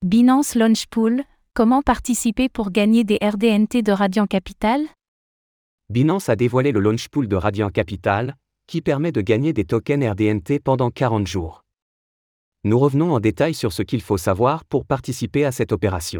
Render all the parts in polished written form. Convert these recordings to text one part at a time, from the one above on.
Binance Launch Pool, comment participer pour gagner des RDNT de Radiant Capital? Binance a dévoilé le Launch Pool de Radiant Capital, qui permet de gagner des tokens RDNT pendant 40 jours. Nous revenons en détail sur ce qu'il faut savoir pour participer à cette opération.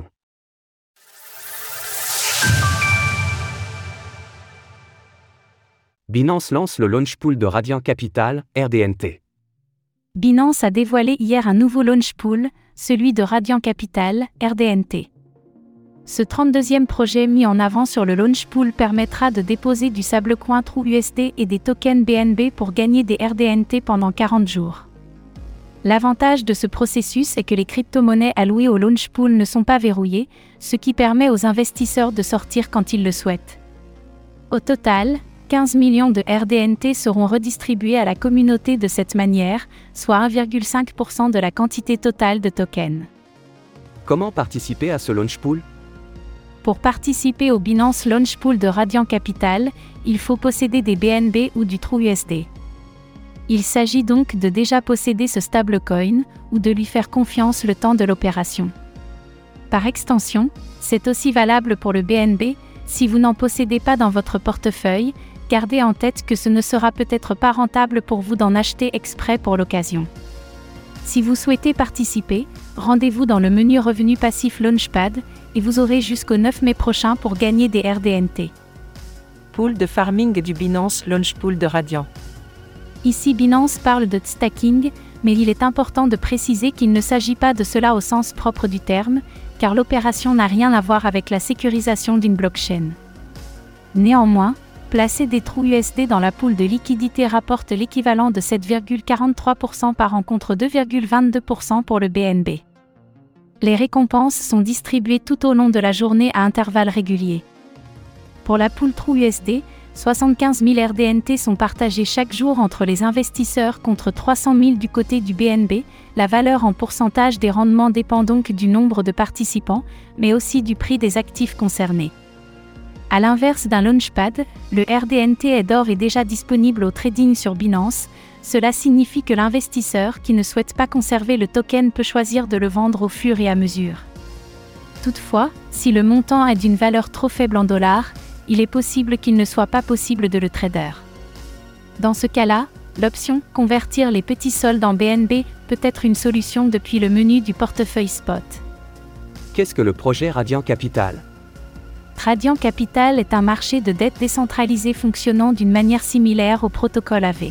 Binance lance le Launch Pool de Radiant Capital, RDNT. Binance a dévoilé hier un nouveau Launch Pool, celui de Radiant Capital, RDNT. Ce 32e projet mis en avant sur le Launch Pool permettra de déposer du stablecoin TrueUSD et des tokens BNB pour gagner des RDNT pendant 40 jours. L'avantage de ce processus est que les crypto-monnaies allouées au Launch Pool ne sont pas verrouillées, ce qui permet aux investisseurs de sortir quand ils le souhaitent. Au total, 15 millions de RDNT seront redistribués à la communauté de cette manière, soit 1,5% de la quantité totale de tokens. Comment participer à ce Launch Pool? Pour participer au Binance Launch Pool de Radiant Capital, il faut posséder des BNB ou du TrueUSD. Il s'agit donc de déjà posséder ce stablecoin, ou de lui faire confiance le temps de l'opération. Par extension, c'est aussi valable pour le BNB, si vous n'en possédez pas dans votre portefeuille, gardez en tête que ce ne sera peut-être pas rentable pour vous d'en acheter exprès pour l'occasion. Si vous souhaitez participer, rendez-vous dans le menu Revenu Passif Launchpad, et vous aurez jusqu'au 9 mai prochain pour gagner des RDNT. Pool de farming du Binance Launch Pool de Radiant. Ici Binance parle de stacking, mais il est important de préciser qu'il ne s'agit pas de cela au sens propre du terme, car l'opération n'a rien à voir avec la sécurisation d'une blockchain. Néanmoins, placer des TrueUSD dans la pool de liquidité rapporte l'équivalent de 7,43% par an contre 2,22% pour le BNB. Les récompenses sont distribuées tout au long de la journée à intervalles réguliers. Pour la pool TrueUSD, 75 000 RDNT sont partagés chaque jour entre les investisseurs contre 300 000 du côté du BNB. La valeur en pourcentage des rendements dépend donc du nombre de participants, mais aussi du prix des actifs concernés. À l'inverse d'un launchpad, le RDNT est d'ores et déjà disponible au trading sur Binance. Cela signifie que l'investisseur qui ne souhaite pas conserver le token peut choisir de le vendre au fur et à mesure. Toutefois, si le montant est d'une valeur trop faible en dollars, il est possible qu'il ne soit pas possible de le trader. Dans ce cas-là, l'option « Convertir les petits soldes en BNB » peut être une solution depuis le menu du portefeuille spot. Qu'est-ce que le projet Radiant Capital? Radiant Capital est un marché de dette décentralisé fonctionnant d'une manière similaire au protocole AV.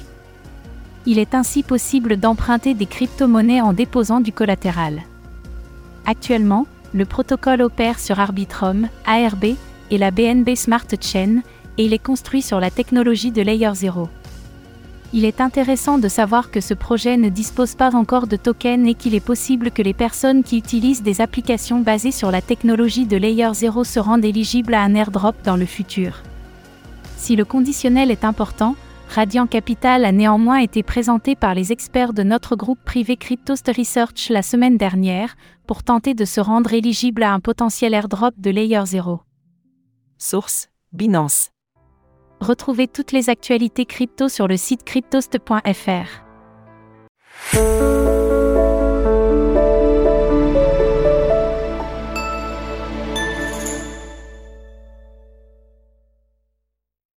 Il est ainsi possible d'emprunter des crypto-monnaies en déposant du collatéral. Actuellement, le protocole opère sur Arbitrum, ARB, et la BNB Smart Chain, et il est construit sur la technologie de Layer 0. Il est intéressant de savoir que ce projet ne dispose pas encore de tokens et qu'il est possible que les personnes qui utilisent des applications basées sur la technologie de Layer 0 se rendent éligibles à un airdrop dans le futur. Si le conditionnel est important, Radiant Capital a néanmoins été présenté par les experts de notre groupe privé Cryptost Research la semaine dernière, pour tenter de se rendre éligible à un potentiel airdrop de Layer 0. Source: Binance. Retrouvez toutes les actualités crypto sur le site cryptost.fr.